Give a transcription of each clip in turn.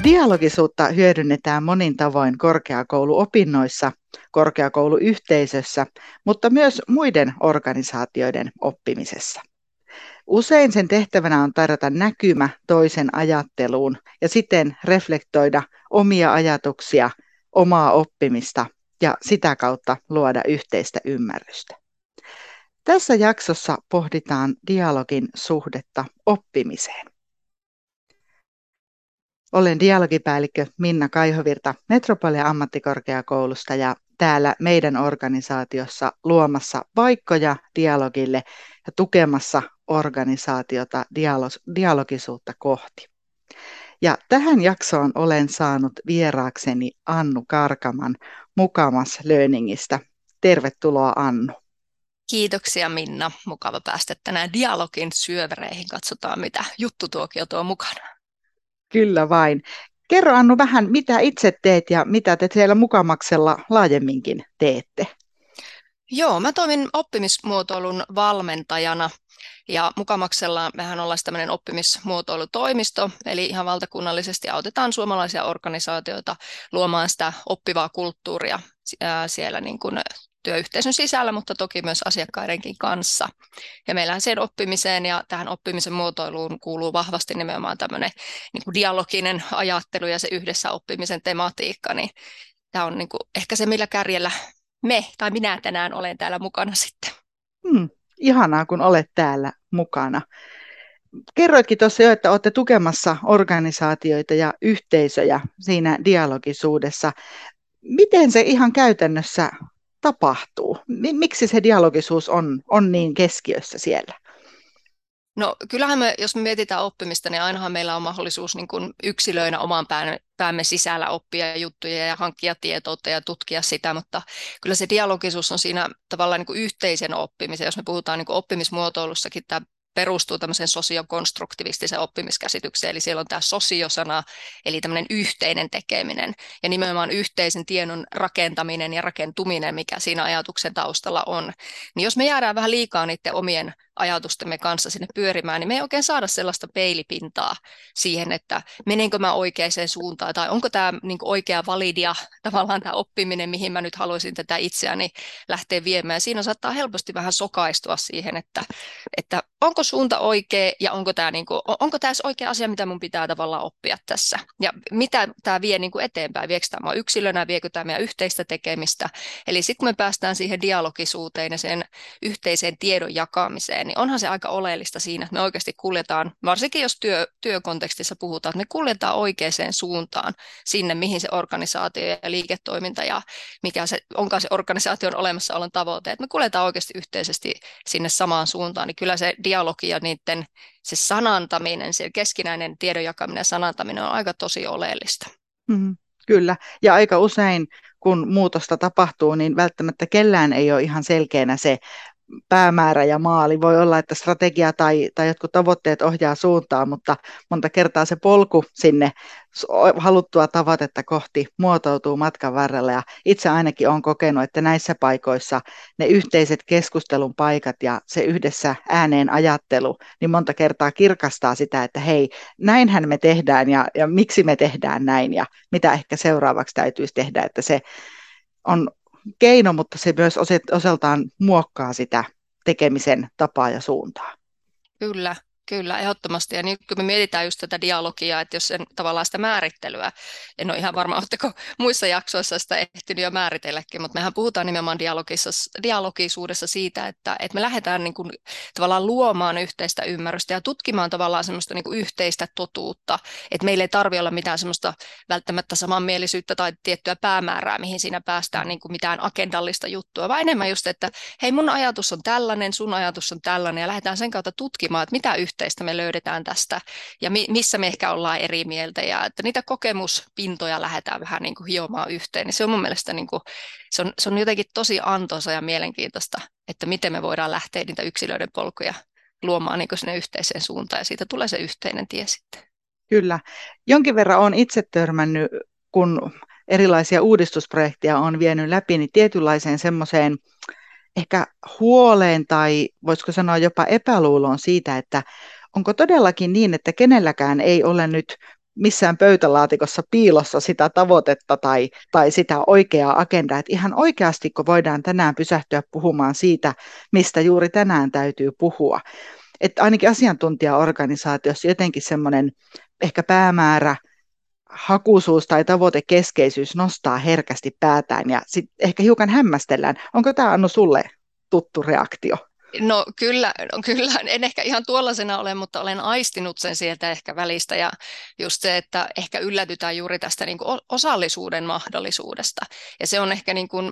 Dialogisuutta hyödynnetään monin tavoin korkeakouluopinnoissa, korkeakouluyhteisössä, mutta myös muiden organisaatioiden oppimisessa. Usein sen tehtävänä on tarjota näkymä toisen ajatteluun ja siten reflektoida omia ajatuksia, omaa oppimista ja sitä kautta luoda yhteistä ymmärrystä. Tässä jaksossa pohditaan dialogin suhdetta oppimiseen. Olen dialogipäällikkö Minna Kaihovirta Metropolia ammattikorkeakoulusta ja täällä meidän organisaatiossa luomassa paikkoja dialogille ja tukemassa organisaatiota dialogisuutta kohti. Ja tähän jaksoon olen saanut vieraakseni Annu Karkaman Mukamas Learningistä. Tervetuloa Annu. Kiitoksia Minna. Mukava päästä tänään dialogin syövereihin. Katsotaan mitä juttutuokio tuo mukana. Kyllä vain. Kerro Annu vähän, mitä itse teet ja mitä te siellä Mukamaksella laajemminkin teette? Joo, mä toimin oppimismuotoilun valmentajana ja Mukamaksella mehän ollaan tämmöinen oppimismuotoilutoimisto, eli ihan valtakunnallisesti autetaan suomalaisia organisaatioita luomaan sitä oppivaa kulttuuria siellä niin kuin työyhteisön sisällä, mutta toki myös asiakkaidenkin kanssa. Ja meillähän siihen oppimiseen ja tähän oppimisen muotoiluun kuuluu vahvasti nimenomaan tämmöinen niin kuin dialoginen ajattelu ja se yhdessä oppimisen tematiikka, niin tämä on niin kuin ehkä se, millä kärjellä minä tänään olen täällä mukana sitten. Ihanaa, kun olet täällä mukana. Kerroitkin tuossa jo, että olette tukemassa organisaatioita ja yhteisöjä siinä dialogisuudessa. Miten se ihan käytännössä tapahtuu? Miksi se dialogisuus on niin keskiössä siellä? No kyllähän jos me mietitään oppimista, niin ainahan meillä on mahdollisuus niin kuin yksilöinä oman päämme sisällä oppia juttuja ja hankkia tietoutta ja tutkia sitä, mutta kyllä se dialogisuus on siinä tavallaan niin kuin yhteisen oppimisen. Jos me puhutaan niin kuin oppimismuotoilussakin, tämä perustuu tämmöiseen sosiokonstruktivistiseen oppimiskäsitykseen, eli siellä on tämä sosiosana, eli tämmöinen yhteinen tekeminen, ja nimenomaan yhteisen tiedon rakentaminen ja rakentuminen, mikä siinä ajatuksen taustalla on. Niin jos me jäädään vähän liikaa niiden omien ajatustemme kanssa sinne pyörimään, niin me ei oikein saada sellaista peilipintaa siihen, että menenkö mä oikeaan suuntaan, tai onko tämä niin kuin oikea validia tavallaan tämä oppiminen, mihin mä nyt haluaisin tätä itseäni lähteä viemään. Siinä saattaa helposti vähän sokaistua siihen, että onko suunta oikea ja onko tämä oikea asia, mitä mun pitää tavallaan oppia tässä. Ja mitä tämä vie niin kuin eteenpäin, viekö tämä yksilönä, viekö tämä meidän yhteistä tekemistä. Eli sitten kun me päästään siihen dialogisuuteen ja sen yhteiseen tiedon jakamiseen, niin onhan se aika oleellista siinä, että me oikeasti kuljetaan, varsinkin jos työkontekstissa puhutaan, että me kuljetaan oikeaan suuntaan sinne, mihin se organisaatio ja liiketoiminta ja mikä se onkaan se organisaation olemassaolon tavoite, että me kuljetaan oikeasti yhteisesti sinne samaan suuntaan, niin kyllä se dialogi ja niiden se sanantaminen, se keskinäinen tiedon jakaminen ja sanantaminen on aika tosi oleellista. Kyllä, ja aika usein kun muutosta tapahtuu, niin välttämättä kellään ei ole ihan selkeänä se päämäärä ja maali. Voi olla, että strategia tai jotkut tavoitteet ohjaa suuntaan, mutta monta kertaa se polku sinne haluttua tavoitetta kohti muotoutuu matkan varrella. Ja itse ainakin olen kokenut, että näissä paikoissa ne yhteiset keskustelun paikat ja se yhdessä ääneen ajattelu, niin monta kertaa kirkastaa sitä, että hei, näinhän me tehdään ja miksi me tehdään näin ja mitä ehkä seuraavaksi täytyisi tehdä, että se on keino, mutta se myös osaltaan muokkaa sitä tekemisen tapaa ja suuntaa. Kyllä, ehdottomasti. Ja nyt kun me mietitään just tätä dialogia, että jos sen tavallaan sitä määrittelyä, en ole ihan varma, oletteko muissa jaksoissa sitä ehtinyt jo määritelläkin, mutta mehän puhutaan nimenomaan dialogisuudessa siitä, että me lähdetään niin kuin tavallaan luomaan yhteistä ymmärrystä ja tutkimaan tavallaan semmoista niin kuin yhteistä totuutta, että meillä ei tarvitse olla mitään semmoista välttämättä samanmielisyyttä tai tiettyä päämäärää, mihin siinä päästään niin kuin mitään agendallista juttua, vaan enemmän just, että hei mun ajatus on tällainen, sun ajatus on tällainen ja lähdetään sen kautta tutkimaan, että mitä yhteistä me löydetään tästä ja missä me ehkä ollaan eri mieltä ja että niitä kokemuspintoja lähdetään vähän niin kuin hiomaan yhteen. Niin se on mun mielestä niin kuin, se on jotenkin tosi antoisa ja mielenkiintoista, että miten me voidaan lähteä niitä yksilöiden polkuja luomaan niin kuin sinne yhteiseen suuntaan ja siitä tulee se yhteinen tie sitten. Kyllä. Jonkin verran olen itse törmännyt, kun erilaisia uudistusprojekteja on vienyt läpi, niin tietynlaiseen semmoiseen ehkä huoleen tai voisiko sanoa jopa epäluuloon siitä, että onko todellakin niin, että kenelläkään ei ole nyt missään pöytälaatikossa piilossa sitä tavoitetta tai sitä oikeaa agendaa, että ihan oikeasti, kun voidaan tänään pysähtyä puhumaan siitä, mistä juuri tänään täytyy puhua. Että ainakin asiantuntijaorganisaatiossa jotenkin semmoinen ehkä päämäärä, hakuisuus tai tavoitekeskeisyys nostaa herkästi päätään ja sitten ehkä hiukan hämmästellään. Onko tämä Annu sulle tuttu reaktio? No kyllä, en ehkä ihan tuollaisena ole, mutta olen aistinut sen sieltä ehkä välistä ja just se, että ehkä yllätytään juuri tästä niin kuin osallisuuden mahdollisuudesta. Ja se on ehkä niin kuin,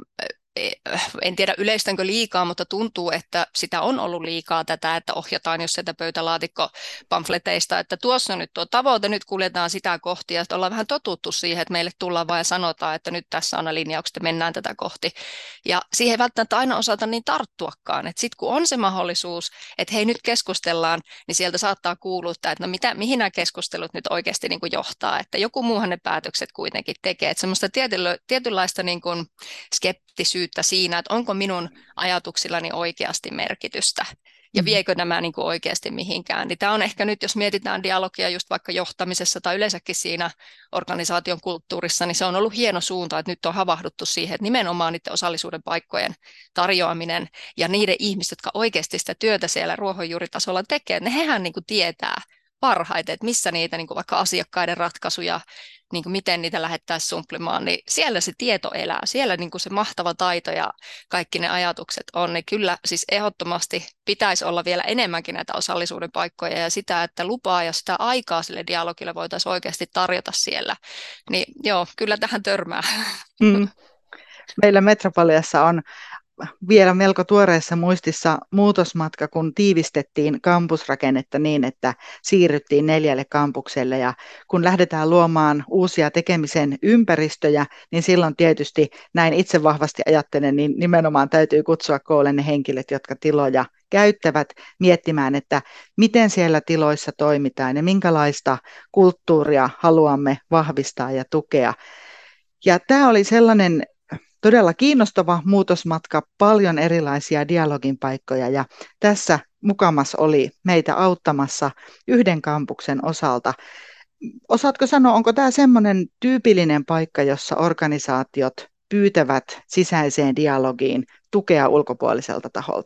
en tiedä yleistänkö liikaa, mutta tuntuu, että sitä on ollut liikaa tätä, että ohjataan jos sieltä pöytälaatikkopamfleteista, että tuossa on nyt tuo tavoite, nyt kuljetaan sitä kohti ja että ollaan vähän totuttu siihen, että meille tullaan vain ja sanotaan, että nyt tässä on ne linjaukset ja mennään tätä kohti. Ja siihen ei välttämättä aina osata niin tarttuakaan, että sitten kun on se mahdollisuus, että hei nyt keskustellaan, niin sieltä saattaa kuulua, että no mihin nämä keskustelut nyt oikeasti niin kuin johtaa, että joku muuhan ne päätökset kuitenkin tekee, että semmoista tietynlaista niin kuin skeptisyyttä siinä, että onko minun ajatuksillani oikeasti merkitystä ja viekö nämä niin kuin oikeasti mihinkään. Niin tämä on ehkä nyt, jos mietitään dialogia just vaikka johtamisessa tai yleensäkin siinä organisaation kulttuurissa, niin se on ollut hieno suunta, että nyt on havahduttu siihen, että nimenomaan niiden osallisuuden paikkojen tarjoaminen ja niiden ihmiset, jotka oikeasti sitä työtä siellä ruohonjuuritasolla tekee, ne hehän niin kuin tietää parhaiten, että missä niitä niin kuin vaikka asiakkaiden ratkaisuja, niin kuin miten niitä lähettäisiin sumplimaan, niin siellä se tieto elää, siellä niin kuin se mahtava taito ja kaikki ne ajatukset on, niin kyllä siis ehdottomasti pitäisi olla vielä enemmänkin näitä osallisuuden paikkoja ja sitä, että lupaa ja sitä aikaa sille dialogille voitaisiin oikeasti tarjota siellä, niin joo, kyllä tähän törmää. Mm. Meillä Metropoliassa on vielä melko tuoreessa muistissa muutosmatka, kun tiivistettiin kampusrakennetta niin, että siirryttiin 4 kampukselle. Ja kun lähdetään luomaan uusia tekemisen ympäristöjä, niin silloin tietysti näin itse vahvasti ajattelen, niin nimenomaan täytyy kutsua koolle ne henkilöt, jotka tiloja käyttävät miettimään, että miten siellä tiloissa toimitaan ja minkälaista kulttuuria haluamme vahvistaa ja tukea. Ja tämä oli sellainen todella kiinnostava muutosmatka, paljon erilaisia dialogin paikkoja ja tässä mukamas oli meitä auttamassa yhden kampuksen osalta. Osaatko sanoa, onko tämä semmoinen tyypillinen paikka, jossa organisaatiot pyytävät sisäiseen dialogiin tukea ulkopuoliselta taholta?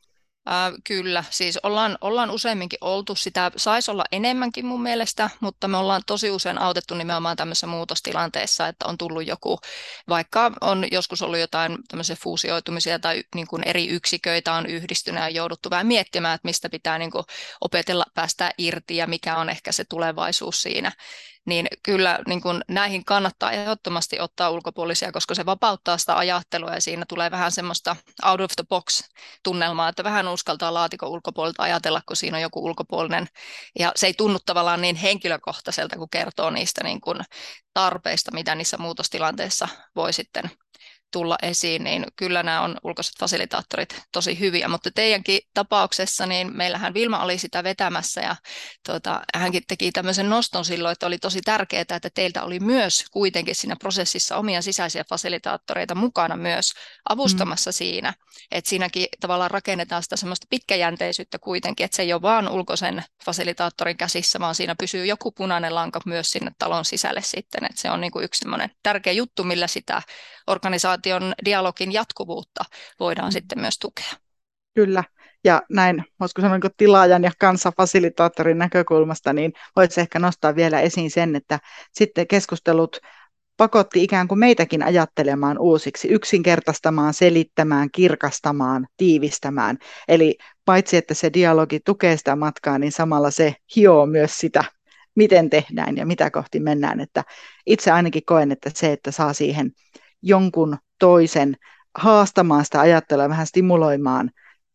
Kyllä, siis ollaan useamminkin oltu, sitä saisi olla enemmänkin mun mielestä, mutta me ollaan tosi usein autettu nimenomaan tämmöisessä muutostilanteessa, että on tullut joku, vaikka on joskus ollut jotain tämmöisiä fuusioitumisia tai niin kuin eri yksiköitä on yhdistynyt ja jouduttu vähän miettimään, että mistä pitää niin kuin opetella päästä irti ja mikä on ehkä se tulevaisuus siinä. Niin kyllä niin kuin näihin kannattaa ehdottomasti ottaa ulkopuolisia, koska se vapauttaa sitä ajattelua ja siinä tulee vähän semmoista out of the box tunnelmaa, että vähän uskaltaa laatikon ulkopuolelta ajatella, kun siinä on joku ulkopuolinen. Ja se ei tunnu tavallaan niin henkilökohtaiselta, kun kertoo niistä niin kuin tarpeista, mitä niissä muutostilanteissa voi sitten tulla esiin, niin kyllä nämä on ulkoiset fasilitaattorit tosi hyviä, mutta teidänkin tapauksessa, niin meillähän Vilma oli sitä vetämässä ja hänkin teki tämmöisen noston silloin, että oli tosi tärkeää, että teiltä oli myös kuitenkin siinä prosessissa omia sisäisiä fasilitaattoreita mukana myös avustamassa siinä, että siinäkin tavallaan rakennetaan sitä semmoista pitkäjänteisyyttä kuitenkin, että se ei ole vaan ulkoisen fasilitaattorin käsissä, vaan siinä pysyy joku punainen lanka myös sinne talon sisälle sitten, että se on niin kuin yksi semmoinen tärkeä juttu, millä sitä organisaation dialogin jatkuvuutta voidaan sitten myös tukea. Kyllä, ja näin, voisiko sanoa niin tilaajan ja fasilitaattorin näkökulmasta, niin voisi ehkä nostaa vielä esiin sen, että sitten keskustelut pakotti ikään kuin meitäkin ajattelemaan uusiksi, yksinkertaistamaan, selittämään, kirkastamaan, tiivistämään. Eli paitsi, että se dialogi tukee sitä matkaa, niin samalla se hioo myös sitä, miten tehdään ja mitä kohti mennään. Että itse ainakin koen, että se, että saa siihen jonkun toisen haastamaan sitä ajattelua, vähän stimuloimaan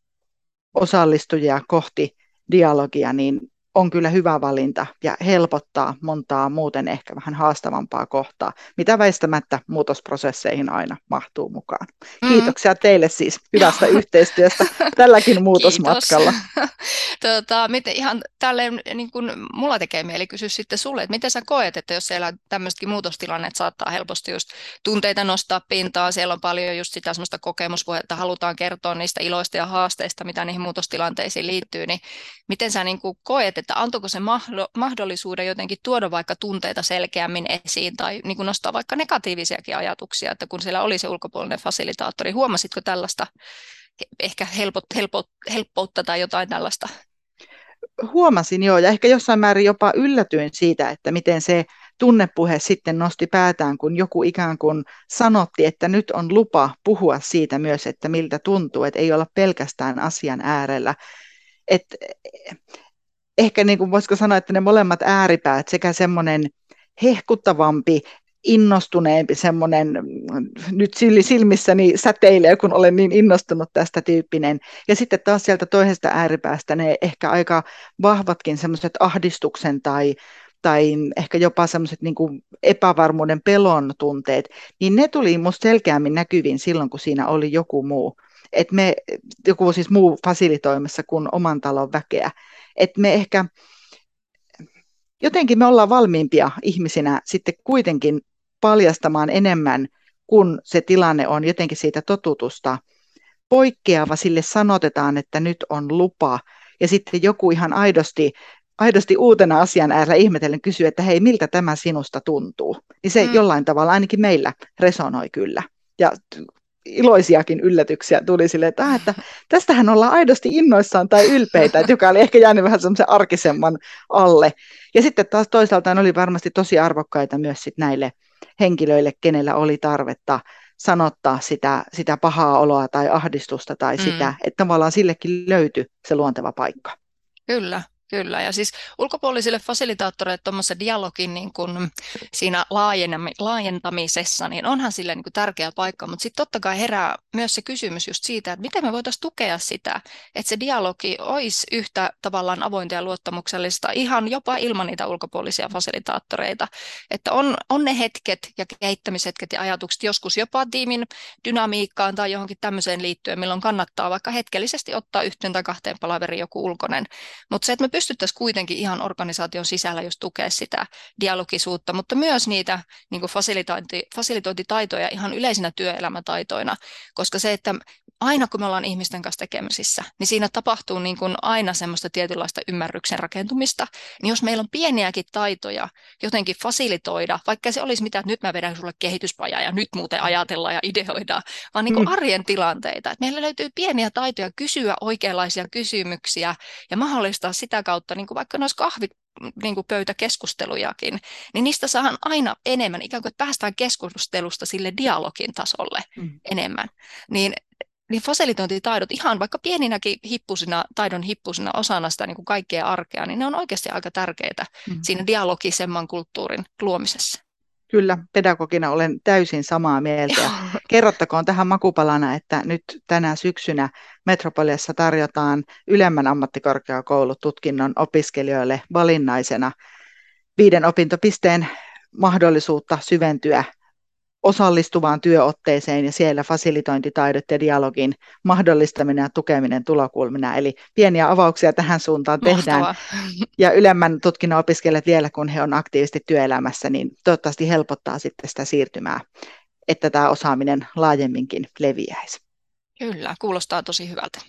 osallistujia kohti dialogia, niin on kyllä hyvä valinta ja helpottaa montaa muuten ehkä vähän haastavampaa kohtaa, mitä väistämättä muutosprosesseihin aina mahtuu mukaan. Kiitoksia teille siis hyvästä yhteistyöstä tälläkin muutosmatkalla. Miten ihan tälleen, niin kun mulla tekee mieli kysyä sitten sulle, että miten sä koet, että jos siellä tämmöisetkin muutostilanneet saattaa helposti just tunteita nostaa pintaan, siellä on paljon just sitä semmoista kokemuspuhetta, halutaan kertoa niistä iloista ja haasteista, mitä niihin muutostilanteisiin liittyy, niin miten sä niin kun koet, että antoiko se mahdollisuuden jotenkin tuoda vaikka tunteita selkeämmin esiin tai niin kuin nostaa vaikka negatiivisiakin ajatuksia, että kun siellä oli se ulkopuolinen fasilitaattori, huomasitko tällaista ehkä helppoutta tai jotain tällaista? Huomasin joo, ja ehkä jossain määrin jopa yllätyin siitä, että miten se tunnepuhe sitten nosti päätään, kun joku ikään kuin sanotti, että nyt on lupa puhua siitä myös, että miltä tuntuu, että ei olla pelkästään asian äärellä. Et ehkä niin kuin voisiko sanoa, että ne molemmat ääripäät, sekä semmoinen hehkuttavampi, innostuneempi, semmoinen nyt silmissäni säteilee, kun olen niin innostunut tästä tyyppinen. Ja sitten taas sieltä toisesta ääripäästä ne ehkä aika vahvatkin semmoiset ahdistuksen tai ehkä jopa semmoiset niin kuin epävarmuuden pelon tunteet, niin ne tuli musta selkeämmin näkyviin silloin, kun siinä oli joku muu. Joku siis muu fasilitoimassa kuin oman talon väkeä. Että me ehkä jotenkin me ollaan valmiimpia ihmisinä sitten kuitenkin paljastamaan enemmän, kun se tilanne on jotenkin siitä totutusta poikkeava, sille sanotetaan, että nyt on lupa, ja sitten joku ihan aidosti uutena asian äärellä ihmetellen kysyy, että hei, miltä tämä sinusta tuntuu? Niin se jollain tavalla ainakin meillä resonoi kyllä. Ja iloisiakin yllätyksiä tuli silleen, että tästähän ollaan aidosti innoissaan tai ylpeitä, että joka oli ehkä jäänyt vähän semmoisen arkisemman alle. Ja sitten taas toisaalta oli varmasti tosi arvokkaita myös sit näille henkilöille, kenellä oli tarvetta sanottaa sitä pahaa oloa tai ahdistusta tai sitä, että tavallaan sillekin löytyi se luonteva paikka. Kyllä. Kyllä, ja siis ulkopuolisille fasilitaattoreille tuommoisen dialogin niin kun siinä laajentamisessa, niin onhan sille niin kun tärkeä paikka, mutta sitten totta kai herää myös se kysymys just siitä, että miten me voitaisiin tukea sitä, että se dialogi olisi yhtä tavallaan avointa ja luottamuksellista ihan jopa ilman niitä ulkopuolisia fasilitaattoreita, että on ne hetket ja kehittämishetket ja ajatukset joskus jopa tiimin dynamiikkaan tai johonkin tämmöiseen liittyen, milloin kannattaa vaikka hetkellisesti ottaa yhteen tai kahteen palaveriin joku ulkoinen, mutta se, että me pystyttäisiin kuitenkin ihan organisaation sisällä just tukea sitä dialogisuutta, mutta myös niitä niin kuin fasilitointitaitoja ihan yleisinä työelämätaitoina, koska se, että aina kun me ollaan ihmisten kanssa tekemisissä, niin siinä tapahtuu niin kuin aina semmoista tietynlaista ymmärryksen rakentumista, niin jos meillä on pieniäkin taitoja jotenkin fasilitoida, vaikka se olisi mitä, että nyt mä vedän sulle kehityspajaa ja nyt muuten ajatellaan ja ideoidaan, vaan niin kuin arjen tilanteita, että meillä löytyy pieniä taitoja kysyä oikeanlaisia kysymyksiä ja mahdollistaa sitä kautta, niin kuin vaikka noissa niin kuin pöytäkeskustelujakin, niin niistä saadaan aina enemmän, ikään kuin että päästään keskustelusta sille dialogin tasolle enemmän. Niin fasilitointitaidot ihan vaikka pieninäkin taidon hippusina osana sitä niin kuin kaikkea arkea, niin ne on oikeasti aika tärkeitä siinä dialogisemman kulttuurin luomisessa. Kyllä, pedagogina olen täysin samaa mieltä. Ja kerrottakoon tähän makupalana, että nyt tänä syksynä Metropoliassa tarjotaan ylemmän ammattikorkeakoulututkinnon opiskelijoille valinnaisena 5 opintopisteen mahdollisuutta syventyä osallistuvaan työotteeseen ja siellä fasilitointitaidot ja dialogin mahdollistaminen ja tukeminen tulokulmina. Eli pieniä avauksia tähän suuntaan tehdään. Mahtavaa. Ja ylemmän tutkinnon opiskelijat vielä, kun he on aktiivisesti työelämässä, niin toivottavasti helpottaa sitten sitä siirtymää, että tämä osaaminen laajemminkin leviäisi. Kyllä, kuulostaa tosi hyvältä.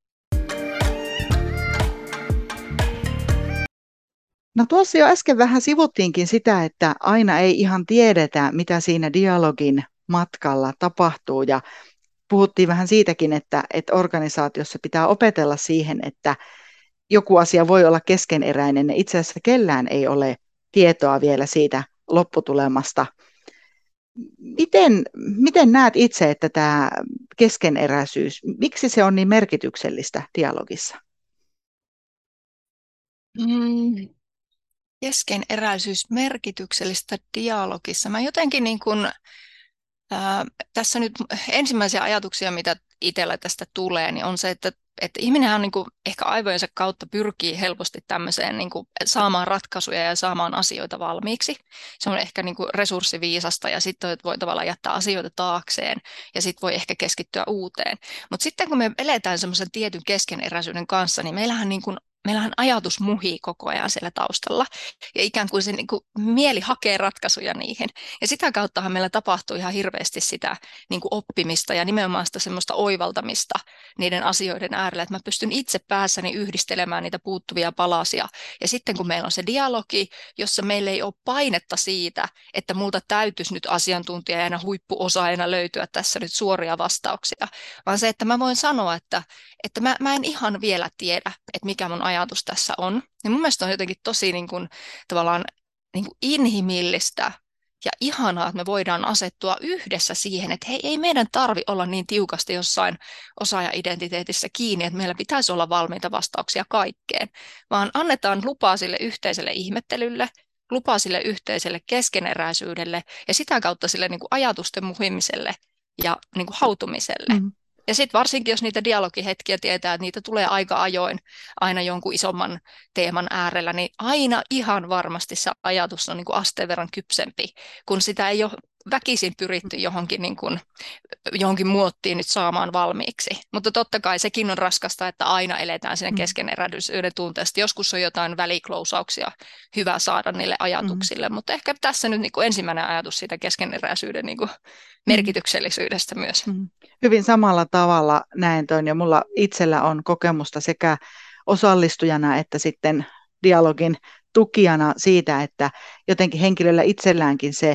No tuossa jo äsken vähän sivuttiinkin sitä, että aina ei ihan tiedetä, mitä siinä dialogin matkalla tapahtuu ja puhuttiin vähän siitäkin, että organisaatiossa pitää opetella siihen, että joku asia voi olla keskeneräinen ja itse asiassa kellään ei ole tietoa vielä siitä lopputulemasta. Miten näet itse, että tämä keskeneräisyys, miksi se on niin merkityksellistä dialogissa? Keskeneräisyys merkityksellistä dialogissa. Mä jotenkin niin kuin, tässä nyt ensimmäisiä ajatuksia, mitä itsellä tästä tulee, niin on se, että ihminenhän niin kuin ehkä aivojensa kautta pyrkii helposti tämmöiseen niin kuin saamaan ratkaisuja ja saamaan asioita valmiiksi. Se on ehkä niin kuin resurssiviisasta ja sitten voi tavallaan jättää asioita taakseen ja sitten voi ehkä keskittyä uuteen. Mutta sitten kun me eletään semmoisen tietyn keskeneräisyyden kanssa, niin meillähän niin kuin meillähän ajatus muhii koko ajan siellä taustalla ja ikään kuin se niin kuin mieli hakee ratkaisuja niihin. Ja sitä kauttahan meillä tapahtuu ihan hirveästi sitä niin kuin oppimista ja nimenomaan sitä semmoista oivaltamista niiden asioiden äärellä, että mä pystyn itse päässäni yhdistelemään niitä puuttuvia palasia. Ja sitten kun meillä on se dialogi, jossa meillä ei ole painetta siitä, että multa täytyisi nyt asiantuntijana ja huippuosaajana löytyä tässä nyt suoria vastauksia, vaan se, että mä voin sanoa, että mä en ihan vielä tiedä, että mikä mun ajatus tässä on. Ja mun mielestä on jotenkin tosi niin kuin, tavallaan niin kuin inhimillistä ja ihanaa, että me voidaan asettua yhdessä siihen, että hei, ei meidän tarvi olla niin tiukasti jossain osaaja-identiteetissä kiinni, että meillä pitäisi olla valmiita vastauksia kaikkeen, vaan annetaan lupaa sille yhteiselle ihmettelylle, lupaa sille yhteiselle keskeneräisyydelle ja sitä kautta sille niin kuin ajatusten muhimiselle ja niin kuin hautumiselle. Mm. Ja sitten varsinkin, jos niitä dialogihetkiä tietää, että niitä tulee aika ajoin aina jonkun isomman teeman äärellä, niin aina ihan varmasti se ajatus on niin kuin asteen verran kypsempi, kun sitä ei ole väkisin pyritty johonkin muottiin nyt saamaan valmiiksi. Mutta totta kai sekin on raskasta, että aina eletään siinä keskeneräisyyden tunteesta. Joskus on jotain väliklousauksia hyvä saada niille ajatuksille, mutta ehkä tässä nyt niin kuin ensimmäinen ajatus siitä keskeneräisyyden niin kuin merkityksellisyydestä myös. Hyvin samalla tavalla näen ton, ja mulla itsellä on kokemusta sekä osallistujana että sitten dialogin tukijana siitä, että jotenkin henkilöllä itselläänkin se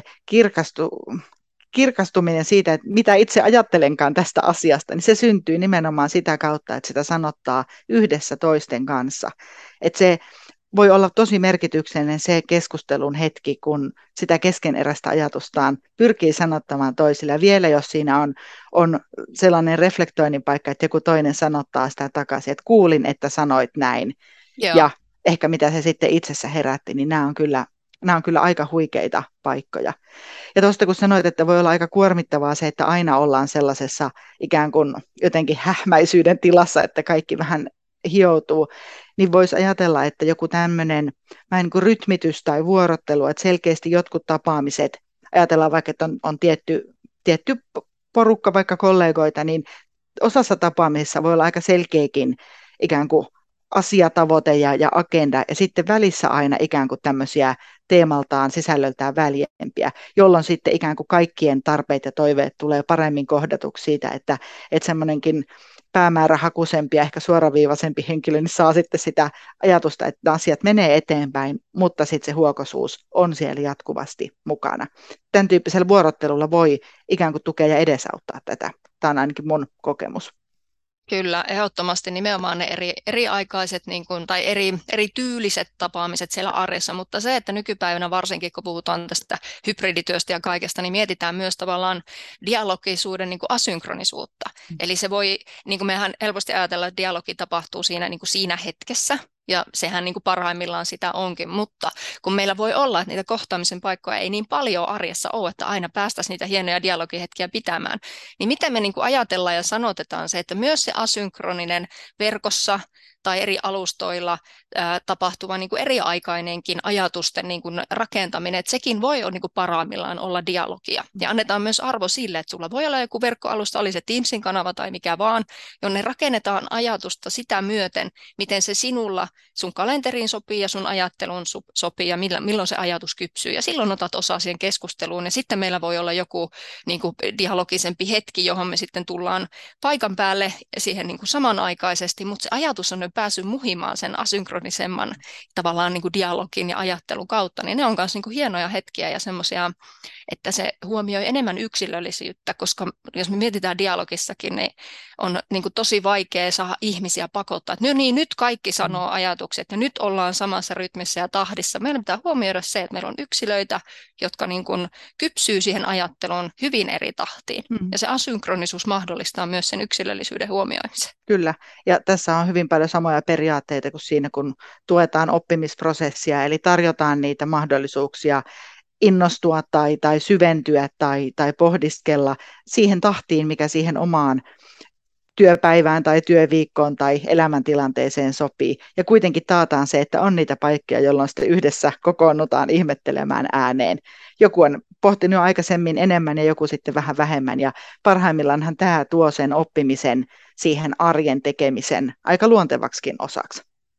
kirkastuminen siitä, että mitä itse ajattelenkaan tästä asiasta, niin se syntyy nimenomaan sitä kautta, että sitä sanottaa yhdessä toisten kanssa. Että se voi olla tosi merkityksellinen se keskustelun hetki, kun sitä keskeneräistä ajatustaan pyrkii sanottamaan toisille. Ja vielä jos siinä on sellainen reflektoinnin paikka, että joku toinen sanottaa sitä takaisin, että kuulin, että sanoit näin. Joo. Ja ehkä mitä se sitten itsessä herätti, niin nämä on kyllä aika huikeita paikkoja. Ja tuosta kun sanoit, että voi olla aika kuormittavaa se, että aina ollaan sellaisessa ikään kuin jotenkin hähmäisyyden tilassa, että kaikki vähän hioutuu, niin voisi ajatella, että joku tämmöinen vähän niin kuin rytmitys tai vuorottelu, että selkeästi jotkut tapaamiset, ajatellaan vaikka, että on tietty porukka, vaikka kollegoita, niin osassa tapaamisissa voi olla aika selkeäkin ikään kuin asiatavoite ja agenda, ja sitten välissä aina ikään kuin tämmöisiä teemaltaan, sisällöltään väljempiä, jolloin sitten ikään kuin kaikkien tarpeet ja toiveet tulee paremmin kohdatuksi siitä, että semmoinenkin päämäärähakuisempi ja ehkä suoraviivaisempi henkilö niin saa sitten sitä ajatusta, että asiat menee eteenpäin, mutta sitten se huokosuus on siellä jatkuvasti mukana. Tämän tyyppisellä vuorottelulla voi ikään kuin tukea ja edesauttaa tätä. Tämä on ainakin mun kokemus. Kyllä, ehdottomasti nimenomaan ne eri-aikaiset niin kuin, tai eri tyyliset tapaamiset siellä arjessa, mutta se, että nykypäivänä varsinkin kun puhutaan tästä hybridityöstä ja kaikesta, niin mietitään myös tavallaan dialogisuuden niin kuin asynkronisuutta. Eli se voi, niin kuin mehän helposti ajatella, että dialogi tapahtuu siinä, niin kuin siinä hetkessä, ja sehän niin kuin parhaimmillaan sitä onkin, mutta kun meillä voi olla, että niitä kohtaamisen paikkoja ei niin paljon arjessa ole, että aina päästäisiin niitä hienoja dialogihetkiä pitämään, niin miten me niin kuin ajatellaan ja sanotetaan se, että myös se asynkroninen verkossa tai eri alustoilla tapahtuva niin kuin eriaikainenkin ajatusten niin kuin rakentaminen, että sekin voi niin kuin parhaimmillaan olla dialogia. Ja annetaan myös arvo sille, että sulla voi olla joku verkkoalusta, oli se Teamsin kanava tai mikä vaan, jonne rakennetaan ajatusta sitä myöten, miten se sinulla, sun kalenteriin sopii ja sun ajatteluun sopii ja milloin se ajatus kypsyy. Ja silloin otat osaa siihen keskusteluun ja sitten meillä voi olla joku niin kuin dialogisempi hetki, johon me sitten tullaan paikan päälle siihen niin kuin samanaikaisesti, mutta se ajatus on päässyt muhimaan sen asynkronisemman tavallaan niin kuin dialogin ja ajattelun kautta, niin ne on myös niin kuin hienoja hetkiä ja semmoisia, että se huomioi enemmän yksilöllisyyttä, koska jos me mietitään dialogissakin, niin on niin kuin tosi vaikea saada ihmisiä pakottaa, että no niin, nyt kaikki sanoo ajatukset ja nyt ollaan samassa rytmissä ja tahdissa. Meidän pitää huomioida se, että meillä on yksilöitä, jotka niin kuin kypsyy siihen ajatteluun hyvin eri tahtiin. Ja se asynkronisuus mahdollistaa myös sen yksilöllisyyden huomioimisen. Kyllä, ja tässä on hyvin paljon samoja periaatteita kuin siinä, kun tuetaan oppimisprosessia, eli tarjotaan niitä mahdollisuuksia innostua tai syventyä tai pohdiskella siihen tahtiin, mikä siihen omaan työpäivään tai työviikkoon tai elämäntilanteeseen sopii. Ja kuitenkin taataan se, että on niitä paikkoja, jolloin sitten yhdessä kokoonnutaan ihmettelemään ääneen. Joku on pohtinut jo aikaisemmin enemmän ja joku sitten vähän vähemmän. Ja parhaimmillaanhan tämä tuo sen oppimisen siihen arjen tekemisen aika luontevaksikin osaksi.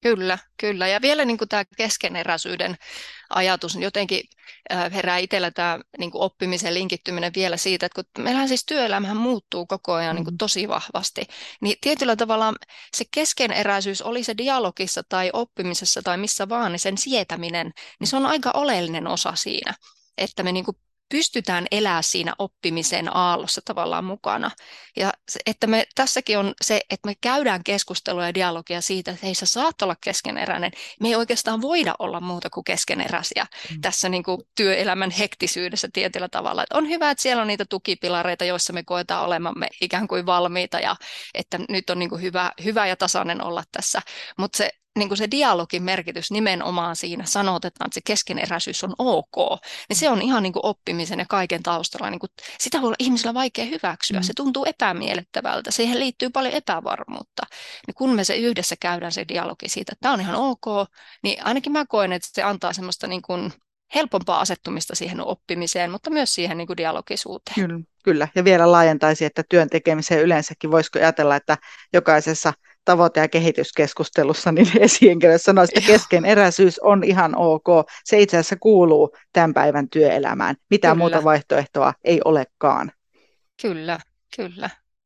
Kyllä, kyllä. Ja vielä niin kuin tämä keskeneräisyyden ajatus, niin jotenkin herää itsellä tämä niin kuin oppimisen linkittyminen vielä siitä, että kun meillähän siis työelämähän muuttuu koko ajan niin kuin Mm. tosi vahvasti, niin tietyllä tavalla se keskeneräisyys, oli se dialogissa tai oppimisessa tai missä vaan, niin sen sietäminen, niin se on aika oleellinen osa siinä, että me niin kuin pystytään elämään siinä oppimisen aallossa tavallaan mukana. Ja että me, tässäkin on se, että me käydään keskustelua ja dialogia siitä, että hei, sä saat olla keskeneräinen. Me ei oikeastaan voida olla muuta kuin keskeneräisiä Mm. tässä niin kuin työelämän hektisyydessä tietyllä tavalla. Että on hyvä, että siellä on niitä tukipilareita, joissa me koetaan olemamme ikään kuin valmiita ja että nyt on niin kuin hyvä ja tasainen olla tässä. Mutta se niin kuin se dialogin merkitys nimenomaan siinä sanotetaan, että se keskeneräisyys on ok, niin se on ihan niin kuin oppimisen ja kaiken taustalla. Niin kuin, sitä voi olla ihmisillä vaikea hyväksyä. Mm. Se tuntuu epämiellyttävältä. Siihen liittyy paljon epävarmuutta. Niin kun me se yhdessä käydään se dialogi siitä, että tämä on ihan ok, niin ainakin mä koen, että se antaa semmoista niin kuin helpompaa asettumista siihen oppimiseen, mutta myös siihen niin kuin dialogisuuteen. Kyllä, kyllä. Ja vielä laajentaisi, että työn tekemiseen yleensäkin voisiko ajatella, että jokaisessa tavoite- ja kehityskeskustelussa niin esihenkilö sanoo, että Joo, keskeneräisyys on ihan ok. Se itse asiassa kuuluu tämän päivän työelämään. Mitään kyllä, muuta vaihtoehtoa ei olekaan. kyllä, kyllä.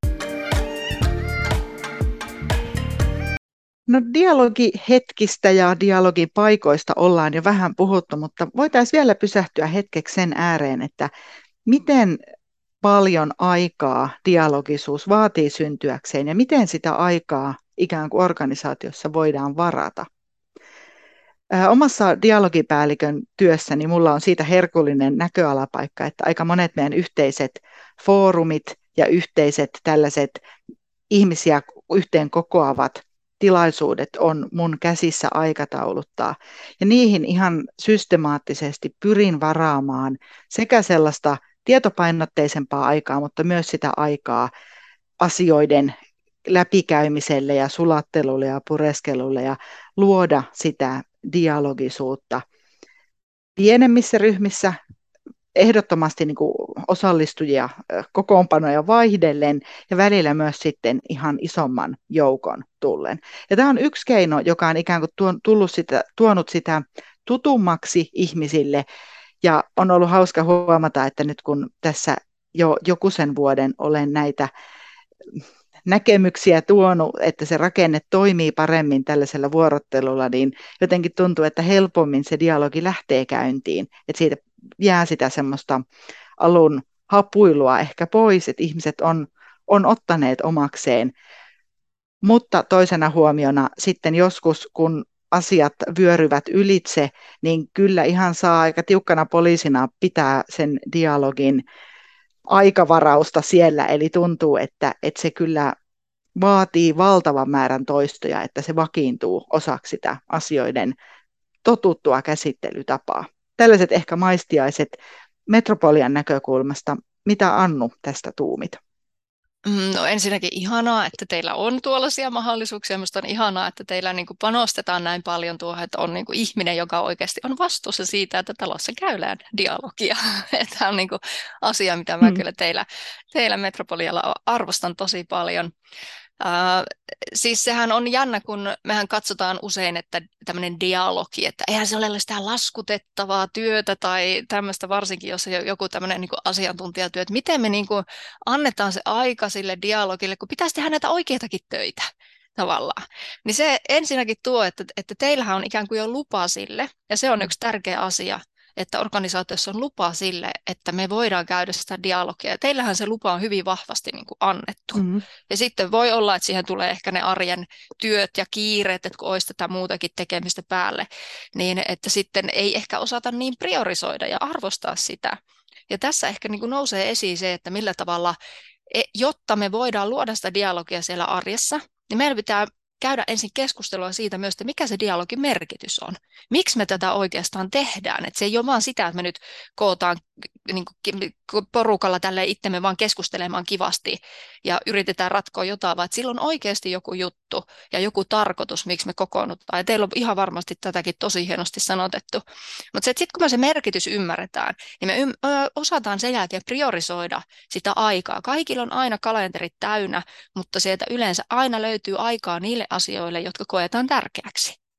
No dialogihetkistä ja dialogipaikoista ollaan jo vähän puhuttu, mutta voitaisiin vielä pysähtyä hetkeksi sen ääreen, että miten paljon aikaa dialogisuus vaatii syntyäkseen ja miten sitä aikaa ikään kuin organisaatiossa voidaan varata. Omassa dialogipäällikön työssäni mulla on siitä herkullinen näköalapaikka, että aika monet meidän yhteiset foorumit ja yhteiset tällaiset ihmisiä yhteen kokoavat tilaisuudet on mun käsissä aikatauluttaa. Ja niihin ihan systemaattisesti pyrin varaamaan sekä sellaista tietopainotteisempaa aikaa, mutta myös sitä aikaa asioiden läpikäymiselle ja sulattelulle ja pureskelulle ja luoda sitä dialogisuutta pienemmissä ryhmissä ehdottomasti niin kuin osallistujia kokoonpanoja vaihdellen ja välillä myös sitten ihan isomman joukon tullen. Ja tämä on yksi keino, joka on ikään kuin tuonut sitä tutummaksi ihmisille ja on ollut hauska huomata, että nyt kun tässä jo jokusen vuoden olen näitä näkemyksiä tuonut, että se rakenne toimii paremmin tällaisella vuorottelulla, niin jotenkin tuntuu, että helpommin se dialogi lähtee käyntiin, että siitä jää sitä semmoista alun hapuilua ehkä pois, että ihmiset on ottaneet omakseen, mutta toisena huomiona sitten joskus, kun asiat vyöryvät ylitse, niin kyllä ihan saa aika tiukkana poliisina pitää sen dialogin aikavarausta siellä, eli tuntuu, että se kyllä vaatii valtavan määrän toistoja, että se vakiintuu osaksi sitä asioiden totuttua käsittelytapaa. Tällaiset ehkä maistiaiset Metropolian näkökulmasta. Mitä Annu tästä tuumit? No ensinnäkin ihanaa, että teillä on tuollaisia mahdollisuuksia. Minusta on ihanaa, että teillä niin kuin panostetaan näin paljon tuohon, että on niin kuin ihminen, joka oikeasti on vastuussa siitä, että talossa käydään dialogia. Tämä on niin kuin asia, mitä mä Hmm. kyllä teillä Metropolialla arvostan tosi paljon. Äh, siis sehän on jännä, kun mehän katsotaan usein, että tämmöinen dialogi, että eihän se ole sitä laskutettavaa työtä tai tämmöistä, varsinkin jos on joku tämmöinen niin kuin asiantuntijatyö, että miten me niin kuin annetaan se aika sille dialogille, kun pitäisi tehdä näitä oikeitakin töitä tavallaan. Niin se ensinnäkin tuo, että teillähän on ikään kuin jo lupa sille, ja se on yksi tärkeä asia, että organisaatiossa on lupa sille, että me voidaan käydä sitä dialogia. Ja teillähän se lupa on hyvin vahvasti niin kuin annettu. Mm. Ja sitten voi olla, että siihen tulee ehkä ne arjen työt ja kiireet, että kun olisi tätä muutakin tekemistä päälle, niin että sitten ei ehkä osata niin priorisoida ja arvostaa sitä. Ja tässä ehkä niin kuin nousee esiin se, että millä tavalla, jotta me voidaan luoda sitä dialogia siellä arjessa, niin meidän pitää käydä ensin keskustelua siitä myös, että mikä se dialogin merkitys on. Miksi me tätä oikeastaan tehdään? Että se ei ole vaan sitä, että me nyt kootaan niin kuin porukalla tälle itsemme vaan keskustelemaan kivasti ja yritetään ratkoa jotain, vaan että sillä on oikeasti joku juttu ja joku tarkoitus, miksi me kokoonnutaan. Ja teillä on ihan varmasti tätäkin tosi hienosti sanotettu. Mutta sitten kun me se merkitys ymmärretään, niin me osataan sen jälkeen priorisoida sitä aikaa. Kaikilla on aina kalenterit täynnä, mutta sieltä yleensä aina löytyy aikaa niille asioille, jotka koetaan tärkeäksi.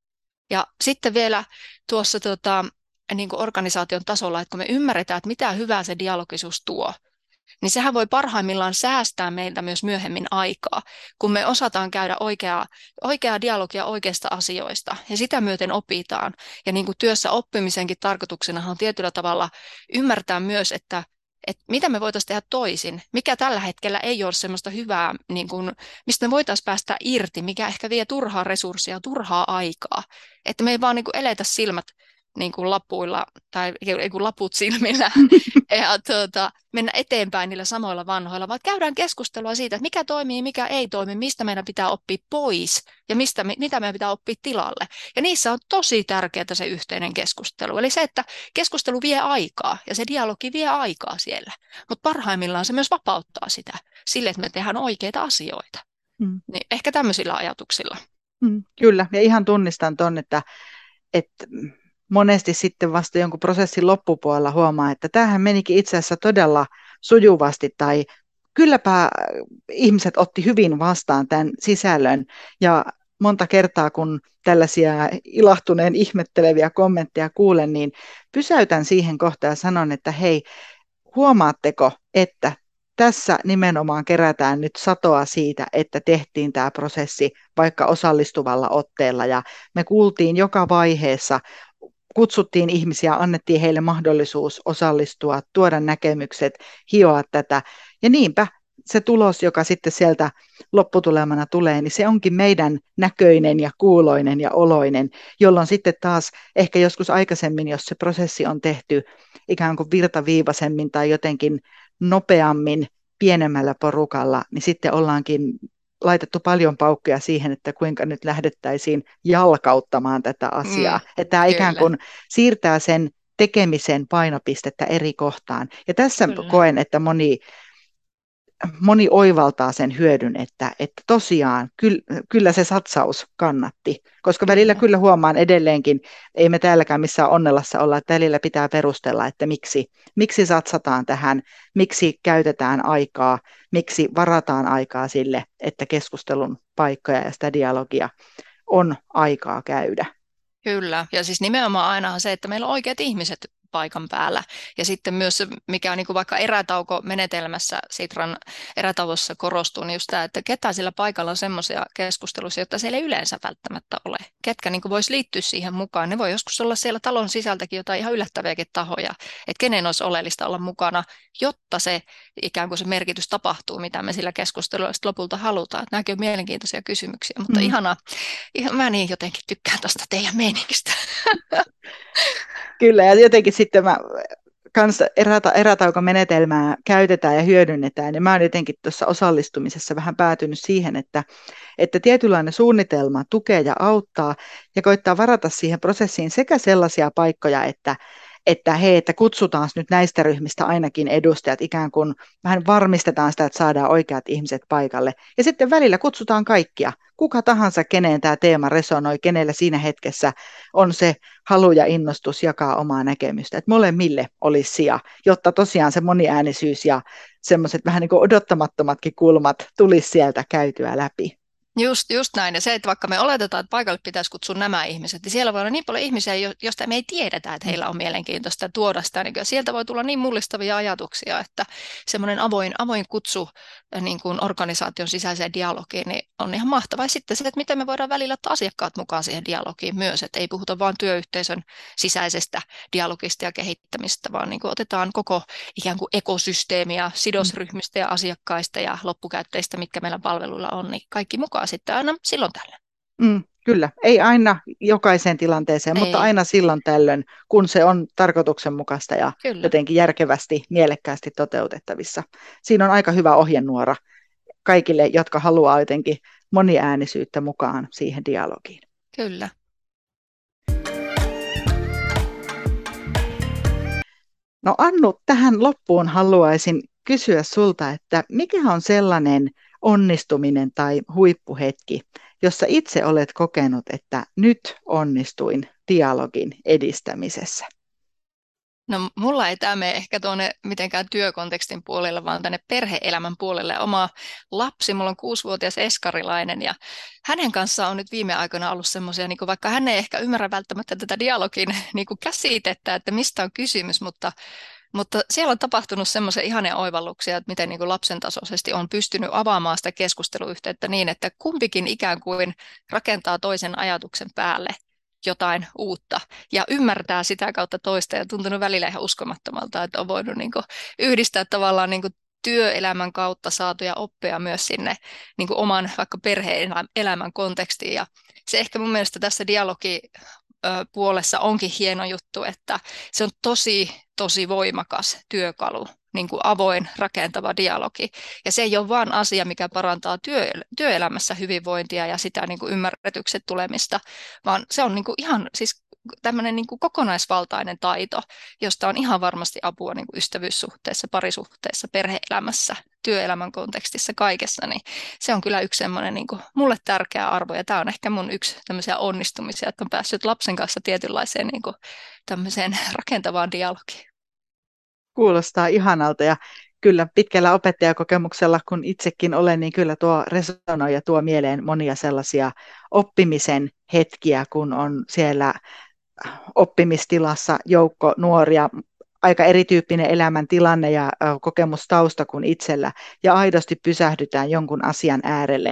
Ja sitten vielä tuossa niin kuin organisaation tasolla, että kun me ymmärretään, että mitä hyvää se dialogisuus tuo, niin sehän voi parhaimmillaan säästää meiltä myös myöhemmin aikaa, kun me osataan käydä oikeaa dialogia oikeista asioista ja sitä myöten opitaan. Ja niin kuin työssä oppimisenkin tarkoituksena on tietyllä tavalla ymmärtää myös, että mitä me voitaisiin tehdä toisin, mikä tällä hetkellä ei ole semmoista hyvää, niin kuin, mistä me voitaisiin päästä irti, mikä ehkä vie turhaa resurssia, turhaa aikaa. Että me ei vaan niin kuin eletä silmät niin kuin lapuilla tai ei kuin laput silmillä ja mennä eteenpäin niillä samoilla vanhoilla, vaan käydään keskustelua siitä, että mikä toimii, mikä ei toimi, mistä meidän pitää oppia pois ja mitä meidän pitää oppia tilalle. Ja niissä on tosi tärkeää se yhteinen keskustelu. Eli se, että keskustelu vie aikaa ja se dialogi vie aikaa siellä, mutta parhaimmillaan se myös vapauttaa sitä sille, että me tehdään oikeita asioita. Mm. Niin ehkä tämmöisillä ajatuksilla. Kyllä, ja ihan tunnistan ton, että monesti sitten vasta jonkun prosessin loppupuolella huomaa, että tämähän menikin itse asiassa todella sujuvasti tai kylläpä ihmiset otti hyvin vastaan tämän sisällön ja monta kertaa kun tällaisia ilahtuneen ihmetteleviä kommentteja kuulen, niin pysäytän siihen kohtaan ja sanon, että hei, huomaatteko, että tässä nimenomaan kerätään nyt satoa siitä, että tehtiin tämä prosessi vaikka osallistuvalla otteella ja me kuultiin joka vaiheessa, kutsuttiin ihmisiä, annettiin heille mahdollisuus osallistua, tuoda näkemykset, hioa tätä. Ja niinpä se tulos, joka sitten sieltä lopputulemana tulee, niin se onkin meidän näköinen ja kuuloinen ja oloinen, jolloin sitten taas ehkä joskus aikaisemmin, jos se prosessi on tehty ikään kuin virtaviivaisemmin tai jotenkin nopeammin pienemmällä porukalla, niin sitten ollaankin laitettu paljon paukkuja siihen, että kuinka nyt lähdettäisiin jalkauttamaan tätä asiaa. Että tämä ikään Kyllä, kuin siirtää sen tekemisen painopistettä eri kohtaan. Ja tässä kyllä. koen, että moni oivaltaa sen hyödyn, että tosiaan kyllä se satsaus kannatti, koska välillä Kyllä. kyllä huomaan edelleenkin, ei me täälläkään missään onnellassa olla, että välillä pitää perustella, että miksi satsataan tähän, miksi käytetään aikaa, miksi varataan aikaa sille, että keskustelun paikkoja ja sitä dialogia on aikaa käydä. Kyllä, ja siis nimenomaan ainahan se, että meillä on oikeat ihmiset paikan päällä. Ja sitten myös se, mikä on niin kuin vaikka erätaukomenetelmässä, Sitran erätauossa korostuu, niin just tämä, että ketä sillä paikalla on semmoisia keskusteluja, joita siellä ei yleensä välttämättä ole. Ketkä niin voisi liittyä siihen mukaan. Ne voi joskus olla siellä talon sisältäkin jotain ihan yllättäviäkin tahoja, että kenen olisi oleellista olla mukana, jotta se ikään kuin se merkitys tapahtuu, mitä me sillä keskustelulla lopulta halutaan. Että nämäkin on mielenkiintoisia kysymyksiä, mutta Mm. ihanaa. Mä niin jotenkin tykkään tuosta teidän meiningistä. Kyllä, ja jotenkin sitten mä kanssa erätaukomenetelmää käytetään ja hyödynnetään, ja mä oon jotenkin tuossa osallistumisessa vähän päätynyt siihen, että tietynlainen suunnitelma tukee ja auttaa, ja koittaa varata siihen prosessiin sekä sellaisia paikkoja, että hei, että kutsutaan nyt näistä ryhmistä ainakin edustajat, ikään kuin vähän varmistetaan sitä, että saadaan oikeat ihmiset paikalle. Ja sitten välillä kutsutaan kaikkia, kuka tahansa, keneen tämä teema resonoi, kenellä siinä hetkessä on se halu ja innostus jakaa omaa näkemystä, että molemmille olisi sija, jotta tosiaan se moniäänisyys ja semmoiset vähän niin kuin odottamattomatkin kulmat tulisi sieltä käytyä läpi. Just näin. Ja se, että vaikka me oletetaan, että paikalle pitäisi kutsua nämä ihmiset, niin siellä voi olla niin paljon ihmisiä, joista me ei tiedetä, että Mm. heillä on mielenkiintoista tuoda sitä. Niin sieltä voi tulla niin mullistavia ajatuksia, että semmoinen avoin kutsu niin kuin organisaation sisäiseen dialogiin niin on ihan mahtavaa. Ja sitten se, että miten me voidaan välillä ottaa asiakkaat mukaan siihen dialogiin myös, että ei puhuta vain työyhteisön sisäisestä dialogista ja kehittämistä, vaan niin kuin otetaan koko ikään kuin ekosysteemiä sidosryhmistä ja asiakkaista ja loppukäyttäjistä, mitkä meillä palveluilla on, niin kaikki mukaan sitten aina silloin tällöin. Kyllä, ei aina jokaiseen tilanteeseen, mutta Ei, aina silloin tällöin, kun se on tarkoituksenmukaista ja kyllä, jotenkin järkevästi, mielekkäästi toteutettavissa. Siinä on aika hyvä ohjenuora kaikille, jotka haluaa jotenkin moniäänisyyttä mukaan siihen dialogiin. kyllä. No Annu, tähän loppuun haluaisin kysyä sulta, että mikä on sellainen onnistuminen tai huippuhetki, jossa itse olet kokenut, että nyt onnistuin dialogin edistämisessä? No mulla ei tämä mene ehkä tuonne mitenkään työkontekstin puolelle, vaan tänne perhe-elämän puolelle. Oma lapsi, mulla on 6-vuotias eskarilainen ja hänen kanssaan on nyt viime aikoina ollut semmoisia, niin vaikka hän ei ehkä ymmärrä välttämättä tätä dialogin niin kuin käsitettä, että mistä on kysymys, mutta siellä on tapahtunut semmoisia ihania oivalluksia, että miten niin kuin lapsen tasoisesti on pystynyt avaamaan sitä keskusteluyhteyttä niin, että kumpikin ikään kuin rakentaa toisen ajatuksen päälle jotain uutta ja ymmärtää sitä kautta toista ja tuntunut välillä ihan uskomattomalta, että on voinut niin kuin yhdistää tavallaan niin kuin työelämän kautta saatuja oppeja myös sinne niin kuin oman vaikka perhe-elämän kontekstiin. Ja se ehkä mun mielestä tässä dialogipuolessa onkin hieno juttu, että se on tosi voimakas työkalu, niin kuin avoin, rakentava dialogi. Ja se ei ole vain asia, mikä parantaa työelämässä hyvinvointia ja sitä niin kuin ymmärretykset tulemista, vaan se on niin kuin ihan siis tämmöinen niin kuin kokonaisvaltainen taito, josta on ihan varmasti apua niin kuin ystävyyssuhteessa, parisuhteessa, perhe-elämässä, työelämän kontekstissa, kaikessa, niin se on kyllä yksi semmoinen niin kuin mulle tärkeä arvo, ja tämä on ehkä mun yksi tämmöisiä onnistumisia, että on päässyt lapsen kanssa tietynlaiseen niin kuin tämmöiseen rakentavaan dialogiin. Kuulostaa ihanalta ja kyllä pitkällä opettajakokemuksella, kun itsekin olen, niin kyllä tuo resonoi ja tuo mieleen monia sellaisia oppimisen hetkiä, kun on siellä oppimistilassa joukko nuoria, aika erityyppinen elämäntilanne ja kokemustausta kuin itsellä, ja aidosti pysähdytään jonkun asian äärelle,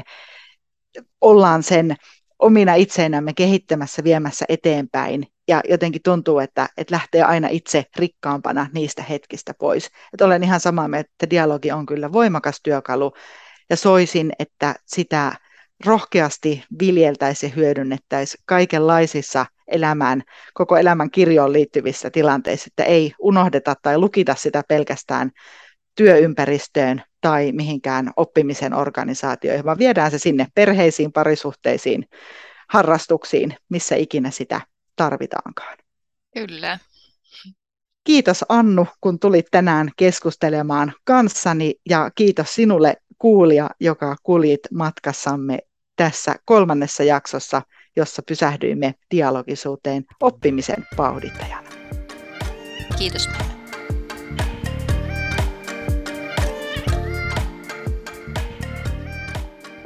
ollaan sen omina itseinämme kehittämässä, viemässä eteenpäin. Ja jotenkin tuntuu, että lähtee aina itse rikkaampana niistä hetkistä pois. Että olen ihan samaa mieltä, että dialogi on kyllä voimakas työkalu ja soisin, että sitä rohkeasti viljeltäisiin ja hyödynnettäisiin kaikenlaisissa koko elämän kirjoon liittyvissä tilanteissa, että ei unohdeta tai lukita sitä pelkästään työympäristöön tai mihinkään oppimisen organisaatioihin, vaan viedään se sinne perheisiin, parisuhteisiin, harrastuksiin, missä ikinä sitä tarvitaankaan. Kyllä. Kiitos Annu, kun tulit tänään keskustelemaan kanssani ja kiitos sinulle kuulija, joka kuljit matkassamme tässä 3. jaksossa, jossa pysähdyimme dialogisuuteen oppimisen vauhdittajana. Kiitos.